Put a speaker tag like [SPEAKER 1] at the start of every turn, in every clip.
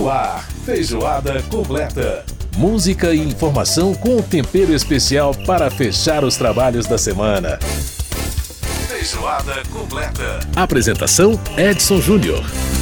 [SPEAKER 1] No ar, Feijoada Completa. Música e informação com tempero especial para fechar os trabalhos da semana. Feijoada Completa. Apresentação: Edson Júnior.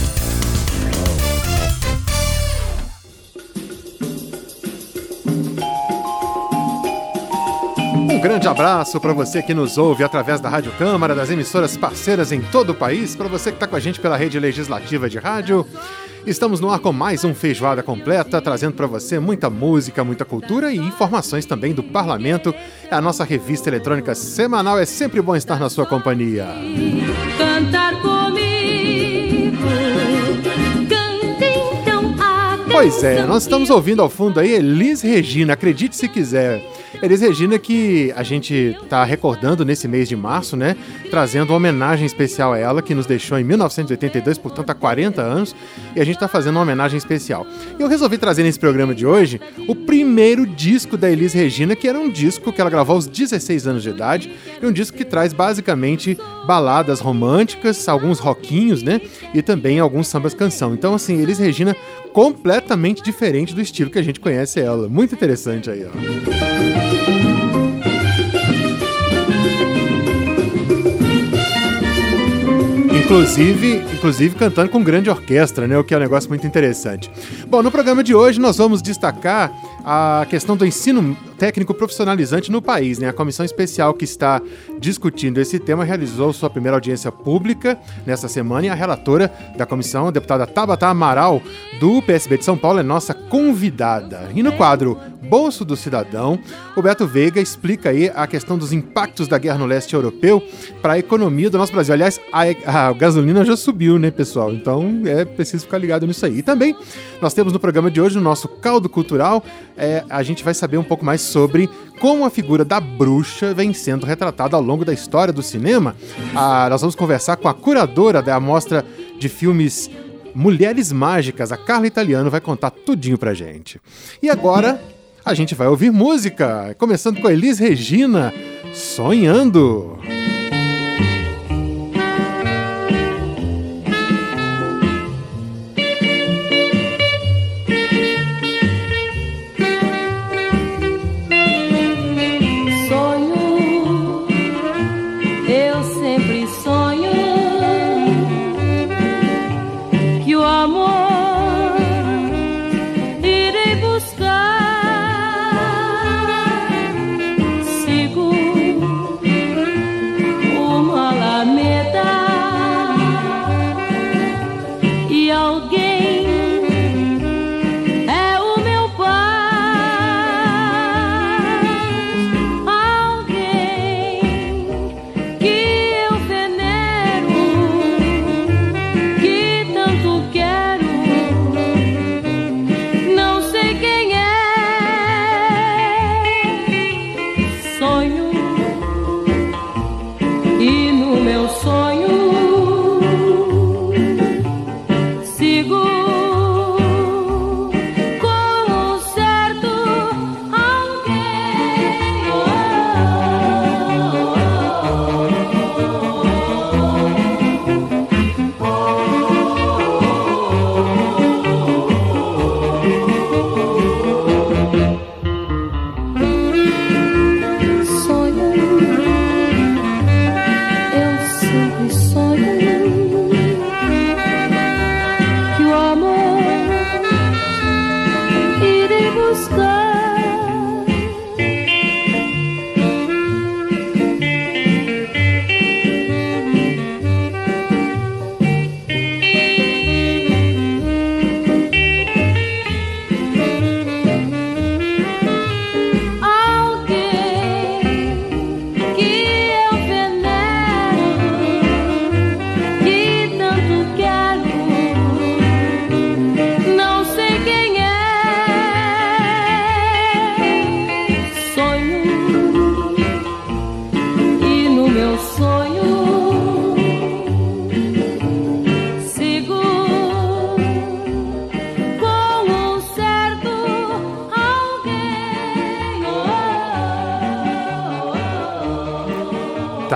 [SPEAKER 2] Um grande abraço para você que nos ouve através da Rádio Câmara, das emissoras parceiras em todo o país, para você que está com a gente pela rede legislativa de rádio. Estamos no ar com mais um Feijoada Completa, trazendo para você muita música, muita cultura e informações também do Parlamento. É a nossa revista eletrônica semanal, é sempre bom estar na sua companhia.
[SPEAKER 3] Cantar comigo, cante então a canção.
[SPEAKER 2] Pois é, nós estamos ouvindo ao fundo aí Elis Regina, acredite se quiser. Elis Regina que a gente está recordando nesse mês de março, né? Trazendo uma homenagem especial a ela, que nos deixou em 1982, portanto há 40 anos, e a gente está fazendo uma homenagem especial. E eu resolvi trazer nesse programa de hoje o primeiro disco da Elis Regina, que era um disco que ela gravou aos 16 anos de idade, e um disco que traz basicamente baladas românticas, alguns rockinhos, né? E também alguns sambas canção. Então assim, Elis Regina completamente diferente do estilo que a gente conhece ela. Muito interessante aí, ó. Inclusive cantando com grande orquestra, né? O que é um negócio muito interessante. Bom, no programa de hoje nós vamos destacar a questão do ensino técnico profissionalizante no país, né? A comissão especial que está discutindo esse tema realizou sua primeira audiência pública nesta semana e a relatora da comissão, a deputada Tabata Amaral, do PSB de São Paulo, é nossa convidada. E no quadro Bolso do Cidadão, o Beto Veiga explica aí a questão dos impactos da guerra no leste europeu para a economia do nosso Brasil. Aliás, a gasolina já subiu, né, pessoal? Então é preciso ficar ligado nisso aí. E também nós temos no programa de hoje, no nosso caldo cultural, a gente vai saber um pouco mais sobre como a figura da bruxa vem sendo retratada ao longo da história do cinema. Nós vamos conversar com a curadora da mostra de filmes Mulheres Mágicas, a Carla Italiano, vai contar tudinho pra gente. E agora a gente vai ouvir música, começando com a Elis Regina, Sonhando.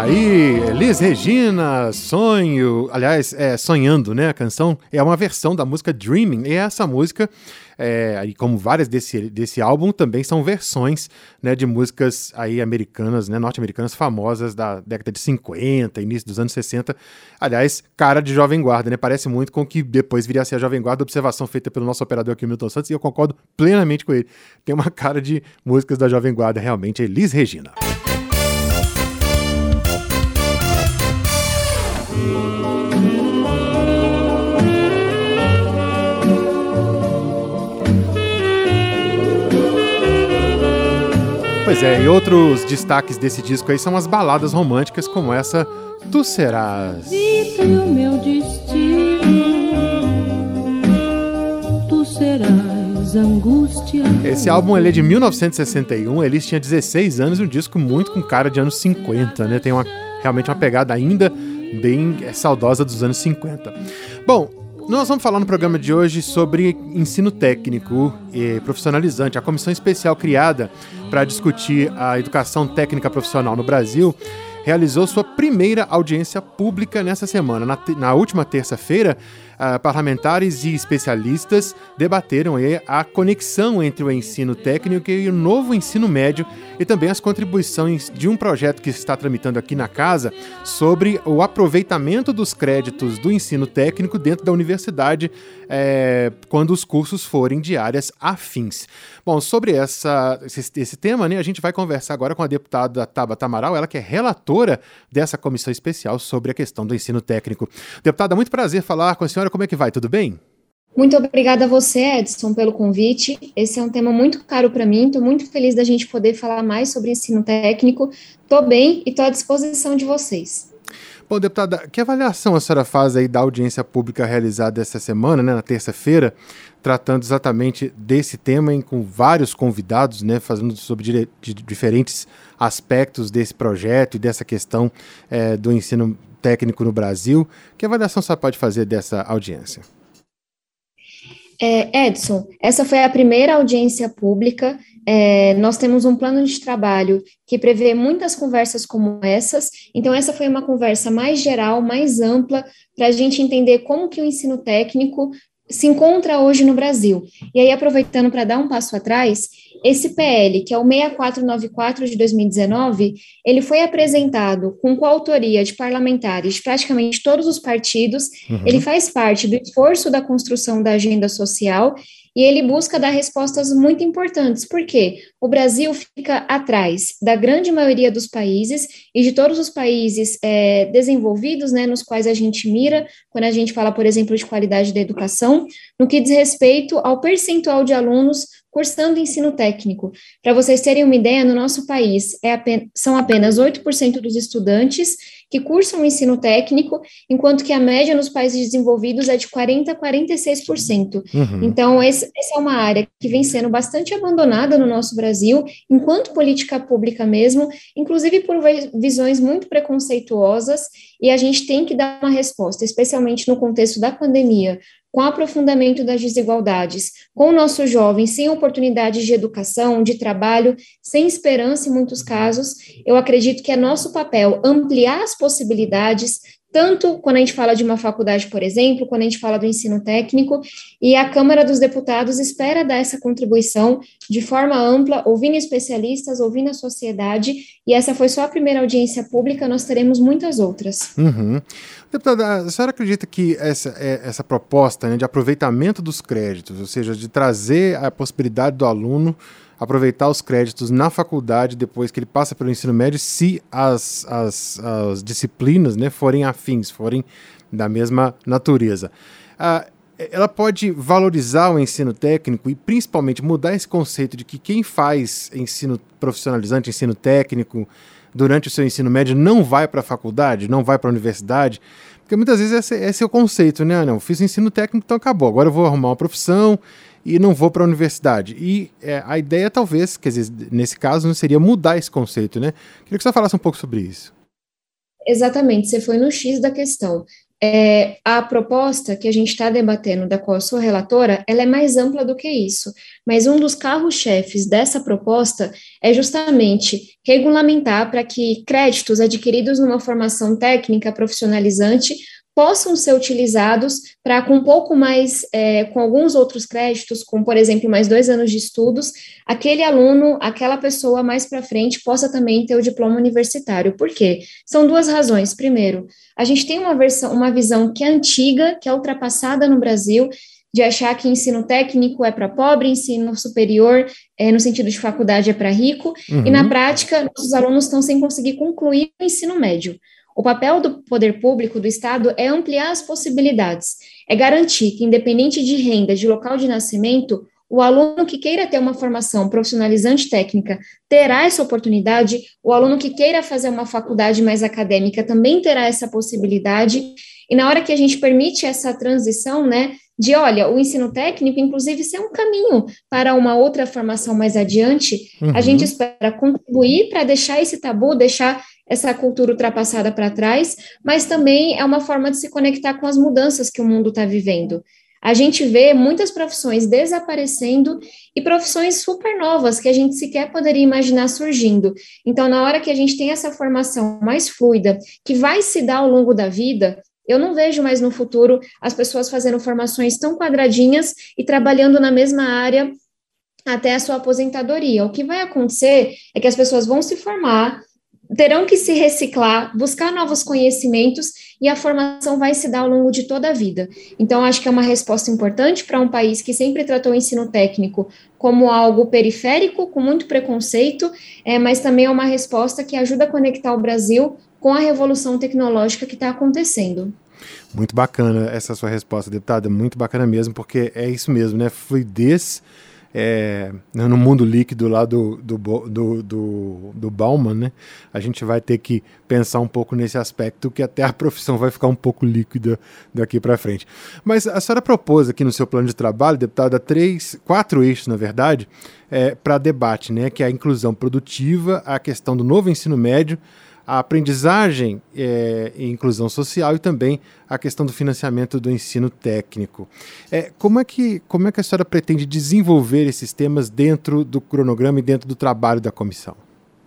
[SPEAKER 2] aí, Elis Regina, Sonho, aliás, Sonhando, né? A canção é uma versão da música Dreaming, e essa música, aí como várias desse álbum, também são versões, né, de músicas aí americanas, né, norte-americanas famosas da década de 50, início dos anos 60. Aliás, cara de Jovem Guarda, né? Parece muito com o que depois viria a ser a Jovem Guarda, observação feita pelo nosso operador aqui, Milton Santos, e eu concordo plenamente com ele. Tem uma cara de músicas da Jovem Guarda, realmente, Elis Regina. Pois é, e outros destaques desse disco aí são as baladas românticas, como essa, Tu Serás.
[SPEAKER 3] Vida é o meu destino, tu serás angústia.
[SPEAKER 2] Esse álbum ele é de 1961, Elis tinha 16 anos, um disco muito com cara de anos 50, né? Tem realmente uma pegada ainda bem saudosa dos anos 50. Bom, nós vamos falar no programa de hoje sobre ensino técnico e profissionalizante. A comissão especial criada para discutir a educação técnica profissional no Brasil realizou sua primeira audiência pública nessa semana. Na última terça-feira, parlamentares e especialistas debateram a conexão entre o ensino técnico e o novo ensino médio e também as contribuições de um projeto que está tramitando aqui na casa sobre o aproveitamento dos créditos do ensino técnico dentro da universidade quando os cursos forem de áreas afins. Bom, sobre esse tema, né, a gente vai conversar agora com a deputada Tabata Amaral, ela que é relatora dessa comissão especial sobre a questão do ensino técnico. Deputada, muito prazer falar com a senhora. Como é que vai? Tudo bem?
[SPEAKER 4] Muito obrigada a você, Edson, pelo convite. Esse é um tema muito caro para mim. Estou muito feliz da gente poder falar mais sobre ensino técnico. Estou bem e estou à disposição de vocês.
[SPEAKER 2] Bom, deputada, que avaliação a senhora faz aí da audiência pública realizada essa semana, né, na terça-feira, tratando exatamente desse tema, com vários convidados, né, falando sobre diferentes aspectos desse projeto e dessa questão do ensino técnico no Brasil? Que avaliação você pode fazer dessa audiência?
[SPEAKER 4] Edson, essa foi a primeira audiência pública. Nós temos um plano de trabalho que prevê muitas conversas como essas, então essa foi uma conversa mais geral, mais ampla, para a gente entender como que o ensino técnico se encontra hoje no Brasil. E aí, aproveitando para dar um passo atrás, esse PL, que é o 6494 de 2019, ele foi apresentado com coautoria de parlamentares de praticamente todos os partidos, Ele faz parte do esforço da construção da agenda social e ele busca dar respostas muito importantes, porque o Brasil fica atrás da grande maioria dos países e de todos os países desenvolvidos, né, nos quais a gente mira, quando a gente fala, por exemplo, de qualidade da educação, no que diz respeito ao percentual de alunos cursando ensino técnico. Para vocês terem uma ideia, no nosso país são apenas 8% dos estudantes que cursam o ensino técnico, enquanto que a média nos países desenvolvidos é de 40% a 46%. Então, essa é uma área que vem sendo bastante abandonada no nosso Brasil, enquanto política pública mesmo, inclusive por visões muito preconceituosas, e a gente tem que dar uma resposta, especialmente no contexto da pandemia, com o aprofundamento das desigualdades, com o nosso jovem sem oportunidades de educação, de trabalho, sem esperança em muitos casos. Eu acredito que é nosso papel ampliar as possibilidades, tanto quando a gente fala de uma faculdade, por exemplo, quando a gente fala do ensino técnico, e a Câmara dos Deputados espera dar essa contribuição de forma ampla, ouvindo especialistas, ouvindo a sociedade, e essa foi só a primeira audiência pública, nós teremos muitas outras.
[SPEAKER 2] Deputada, a senhora acredita que essa proposta, né, de aproveitamento dos créditos, ou seja, de trazer a possibilidade do aluno aproveitar os créditos na faculdade depois que ele passa pelo ensino médio, se as disciplinas, né, forem afins, forem da mesma natureza. Ela pode valorizar o ensino técnico e principalmente mudar esse conceito de que quem faz ensino profissionalizante, ensino técnico, durante o seu ensino médio não vai para a faculdade, não vai para a universidade, porque muitas vezes esse é o conceito, né? Não, fiz ensino técnico, então acabou, agora eu vou arrumar uma profissão e não vou para a universidade. E a ideia talvez, quer dizer, nesse caso, não seria mudar esse conceito, né? Queria que você falasse um pouco sobre isso.
[SPEAKER 4] Exatamente, você foi no X da questão. A proposta que a gente está debatendo, da qual eu sou relatora, ela é mais ampla do que isso, mas um dos carros-chefes dessa proposta é justamente regulamentar para que créditos adquiridos numa formação técnica profissionalizante possam ser utilizados para, com um pouco mais, com alguns outros créditos, como, por exemplo, mais 2 anos de estudos, aquele aluno, aquela pessoa mais para frente possa também ter o diploma universitário. Por quê? São 2 razões. Primeiro, a gente tem uma visão que é antiga, que é ultrapassada no Brasil, de achar que ensino técnico é para pobre, ensino superior, no sentido de faculdade, é para rico, e na prática, nossos alunos estão sem conseguir concluir o ensino médio. O papel do poder público, do Estado, é ampliar as possibilidades, é garantir que, independente de renda, de local de nascimento, o aluno que queira ter uma formação profissionalizante técnica terá essa oportunidade, o aluno que queira fazer uma faculdade mais acadêmica também terá essa possibilidade, e na hora que a gente permite essa transição, né, de, olha, o ensino técnico, inclusive, ser um caminho para uma outra formação mais adiante, a gente espera contribuir para deixar esse tabu, deixar essa cultura ultrapassada para trás, mas também é uma forma de se conectar com as mudanças que o mundo está vivendo. A gente vê muitas profissões desaparecendo e profissões super novas que a gente sequer poderia imaginar surgindo. Então, na hora que a gente tem essa formação mais fluida, que vai se dar ao longo da vida, eu não vejo mais no futuro as pessoas fazendo formações tão quadradinhas e trabalhando na mesma área até a sua aposentadoria. O que vai acontecer é que as pessoas vão se formar, terão que se reciclar, buscar novos conhecimentos e a formação vai se dar ao longo de toda a vida. Então, acho que é uma resposta importante para um país que sempre tratou o ensino técnico como algo periférico, com muito preconceito, mas também é uma resposta que ajuda a conectar o Brasil com a revolução tecnológica que está acontecendo.
[SPEAKER 2] Muito bacana essa sua resposta, deputada, muito bacana mesmo, porque é isso mesmo, né? Fluidez no mundo líquido lá do Bauman, né? A gente vai ter que pensar um pouco nesse aspecto, que até a profissão vai ficar um pouco líquida daqui para frente. Mas a senhora propôs aqui no seu plano de trabalho, deputada, 4 eixos, na verdade, para debate, né? Que é a inclusão produtiva, a questão do novo ensino médio, a aprendizagem e inclusão social e também a questão do financiamento do ensino técnico. Como é que a senhora pretende desenvolver esses temas dentro do cronograma e dentro do trabalho da comissão?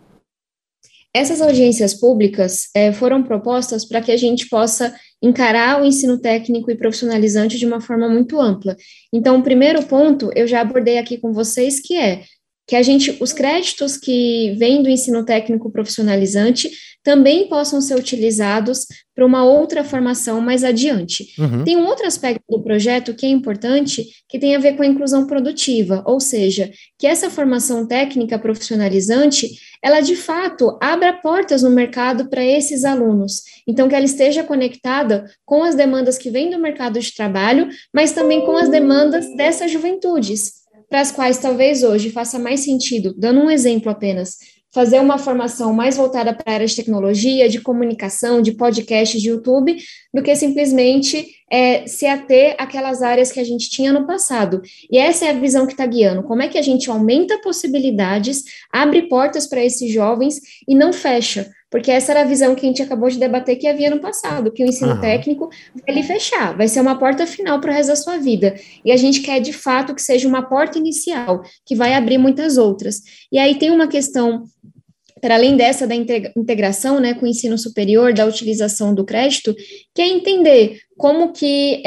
[SPEAKER 4] Essas audiências públicas foram propostas para que a gente possa encarar o ensino técnico e profissionalizante de uma forma muito ampla. Então, o primeiro ponto eu já abordei aqui com vocês, que é que os créditos que vêm do ensino técnico profissionalizante também possam ser utilizados para uma outra formação mais adiante. Tem um outro aspecto do projeto que é importante, que tem a ver com a inclusão produtiva, ou seja, que essa formação técnica profissionalizante, ela de fato abra portas no mercado para esses alunos, então que ela esteja conectada com as demandas que vêm do mercado de trabalho, mas também com as demandas dessas juventudes, para as quais talvez hoje faça mais sentido, dando um exemplo apenas, fazer uma formação mais voltada para a área de tecnologia, de comunicação, de podcast, de YouTube, do que simplesmente se ater àquelas áreas que a gente tinha no passado. E essa é a visão que está guiando. Como é que a gente aumenta possibilidades, abre portas para esses jovens e não fecha? Porque essa era a visão que a gente acabou de debater que havia no passado, que o ensino técnico vai lhe fechar, vai ser uma porta final para o resto da sua vida. E a gente quer, de fato, que seja uma porta inicial, que vai abrir muitas outras. E aí tem uma questão, para além dessa da integração, né, com o ensino superior, da utilização do crédito, que é entender como que,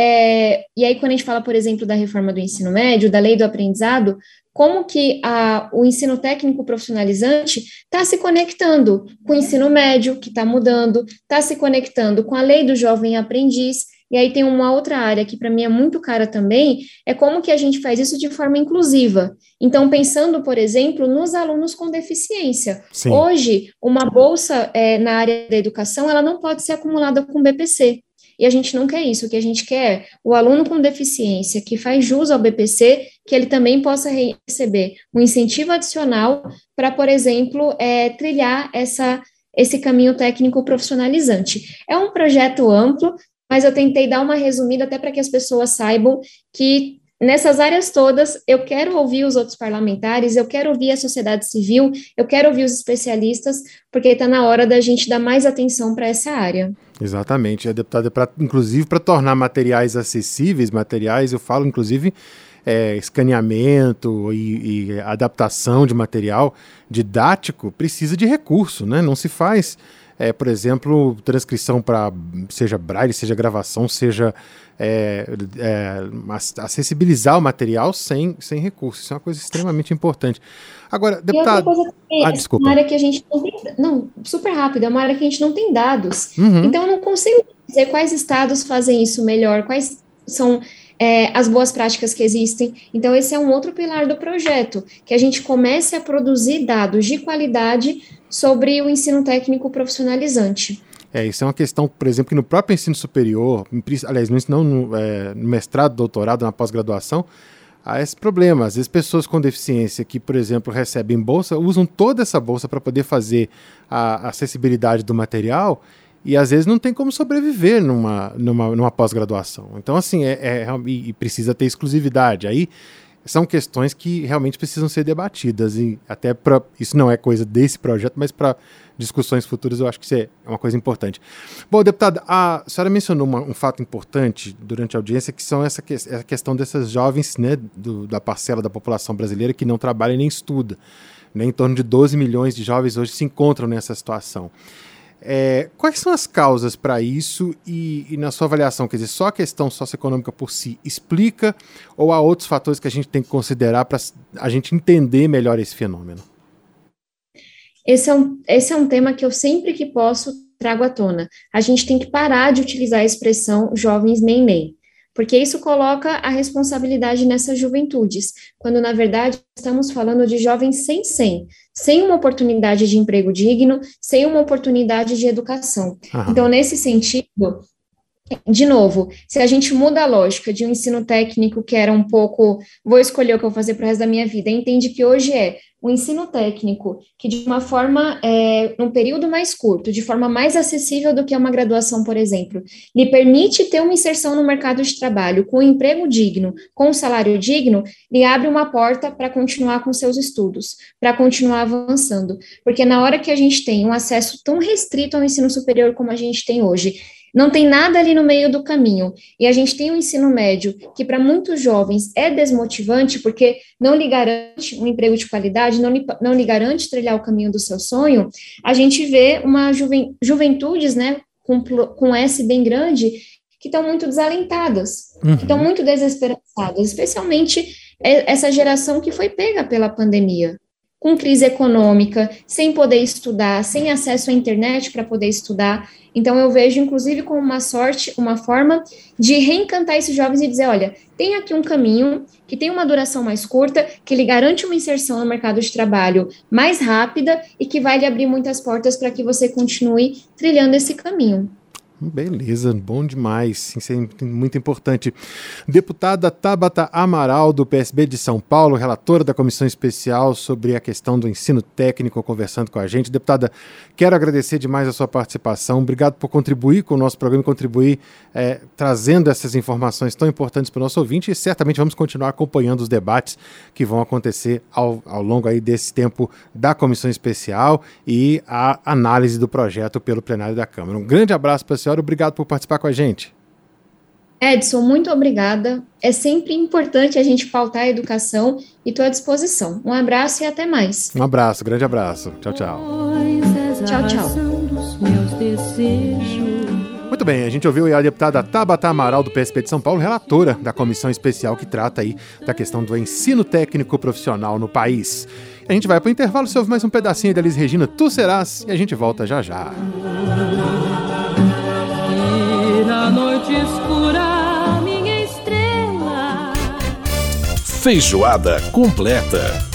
[SPEAKER 4] e aí quando a gente fala, por exemplo, da reforma do ensino médio, da lei do aprendizado, como que o ensino técnico profissionalizante está se conectando com o ensino médio, que está mudando, está se conectando com a lei do jovem aprendiz, e aí tem uma outra área que para mim é muito cara também, é como que a gente faz isso de forma inclusiva. Então, pensando, por exemplo, nos alunos com deficiência. Sim. Hoje, uma bolsa na área da educação, ela não pode ser acumulada com BPC. E a gente não quer isso, o que a gente quer é o aluno com deficiência que faz jus ao BPC, que ele também possa receber um incentivo adicional para, por exemplo, trilhar esse caminho técnico profissionalizante. É um projeto amplo, mas eu tentei dar uma resumida até para que as pessoas saibam que nessas áreas todas eu quero ouvir os outros parlamentares, eu quero ouvir a sociedade civil, eu quero ouvir os especialistas, porque está na hora da gente dar mais atenção para essa área.
[SPEAKER 2] Exatamente, deputada, inclusive para tornar materiais acessíveis, eu falo inclusive escaneamento e adaptação de material didático, precisa de recurso, né? Não se faz, por exemplo, transcrição para, seja braille, seja gravação, seja acessibilizar o material sem recurso. Isso é uma coisa extremamente importante. Agora, deputado... desculpa.
[SPEAKER 4] Uma área que a gente não tem... Não, super rápido, é uma área que a gente não tem dados.
[SPEAKER 2] Uhum.
[SPEAKER 4] Então, eu não consigo dizer quais estados fazem isso melhor, quais são as boas práticas que existem. Então, esse é um outro pilar do projeto, que a gente comece a produzir dados de qualidade sobre o ensino técnico profissionalizante.
[SPEAKER 2] Isso é uma questão, por exemplo, que no próprio ensino superior, aliás, no mestrado, doutorado, na pós-graduação, há esse problema. Às vezes pessoas com deficiência que, por exemplo, recebem bolsa, usam toda essa bolsa para poder fazer a acessibilidade do material e às vezes não tem como sobreviver numa pós-graduação. Então, assim, e precisa ter exclusividade. Aí são questões que realmente precisam ser debatidas e até isso não é coisa desse projeto, mas para discussões futuras eu acho que isso é uma coisa importante. Bom, deputada, a senhora mencionou um fato importante durante a audiência, que são essa questão dessas jovens, né, da parcela da população brasileira que não trabalha nem estuda. Né, em torno de 12 milhões de jovens hoje se encontram nessa situação. Quais são as causas para isso e na sua avaliação, quer dizer, só a questão socioeconômica por si explica ou há outros fatores que a gente tem que considerar para a gente entender melhor esse fenômeno?
[SPEAKER 4] Esse é um tema que eu sempre que posso trago à tona. A gente tem que parar de utilizar a expressão jovens nem, porque isso coloca a responsabilidade nessas juventudes, quando na verdade estamos falando de jovens sem uma oportunidade de emprego digno, sem uma oportunidade de educação.
[SPEAKER 2] Aham.
[SPEAKER 4] Então, nesse sentido, de novo, se a gente muda a lógica de um ensino técnico que era um pouco, vou escolher o que eu vou fazer para o resto da minha vida, entende que hoje um ensino técnico que de uma forma, num período mais curto, de forma mais acessível do que uma graduação, por exemplo, lhe permite ter uma inserção no mercado de trabalho com um emprego digno, com um salário digno, lhe abre uma porta para continuar com seus estudos, para continuar avançando, porque na hora que a gente tem um acesso tão restrito ao ensino superior como a gente tem hoje, não tem nada ali no meio do caminho, e a gente tem um ensino médio que para muitos jovens é desmotivante, porque não lhe garante um emprego de qualidade, não lhe garante trilhar o caminho do seu sonho, a gente vê uma juventudes, né, com S bem grande, que estão muito desalentadas, que estão muito desesperançadas, especialmente essa geração que foi pega pela pandemia, com crise econômica, sem poder estudar, sem acesso à internet para poder estudar. Então, eu vejo, inclusive, como uma forma de reencantar esses jovens e dizer, olha, tem aqui um caminho que tem uma duração mais curta, que lhe garante uma inserção no mercado de trabalho mais rápida e que vai lhe abrir muitas portas para que você continue trilhando esse caminho.
[SPEAKER 2] Beleza, bom demais, isso é muito importante. Deputada Tabata Amaral, do PSB de São Paulo, relatora da Comissão Especial sobre a questão do ensino técnico, conversando com a gente. Deputada, quero agradecer demais a sua participação, obrigado por contribuir com o nosso programa, trazendo essas informações tão importantes para o nosso ouvinte, e certamente vamos continuar acompanhando os debates que vão acontecer ao longo aí desse tempo da Comissão Especial e a análise do projeto pelo plenário da Câmara. Um grande abraço para a senhora. Obrigado por participar com a gente.
[SPEAKER 4] Edson, muito obrigada. É sempre importante a gente pautar a educação e estou à disposição. Um abraço e até mais.
[SPEAKER 2] Um abraço, grande abraço. Tchau, tchau.
[SPEAKER 4] Tchau, tchau.
[SPEAKER 2] Muito bem, a gente ouviu a deputada Tabata Amaral, do PSB de São Paulo, relatora da comissão especial que trata aí da questão do ensino técnico profissional no país. A gente vai para o intervalo, você ouve mais um pedacinho da Elis Regina, Tu Serás, e a gente volta já já.
[SPEAKER 3] Na noite escura, minha estrela.
[SPEAKER 1] Feijoada completa.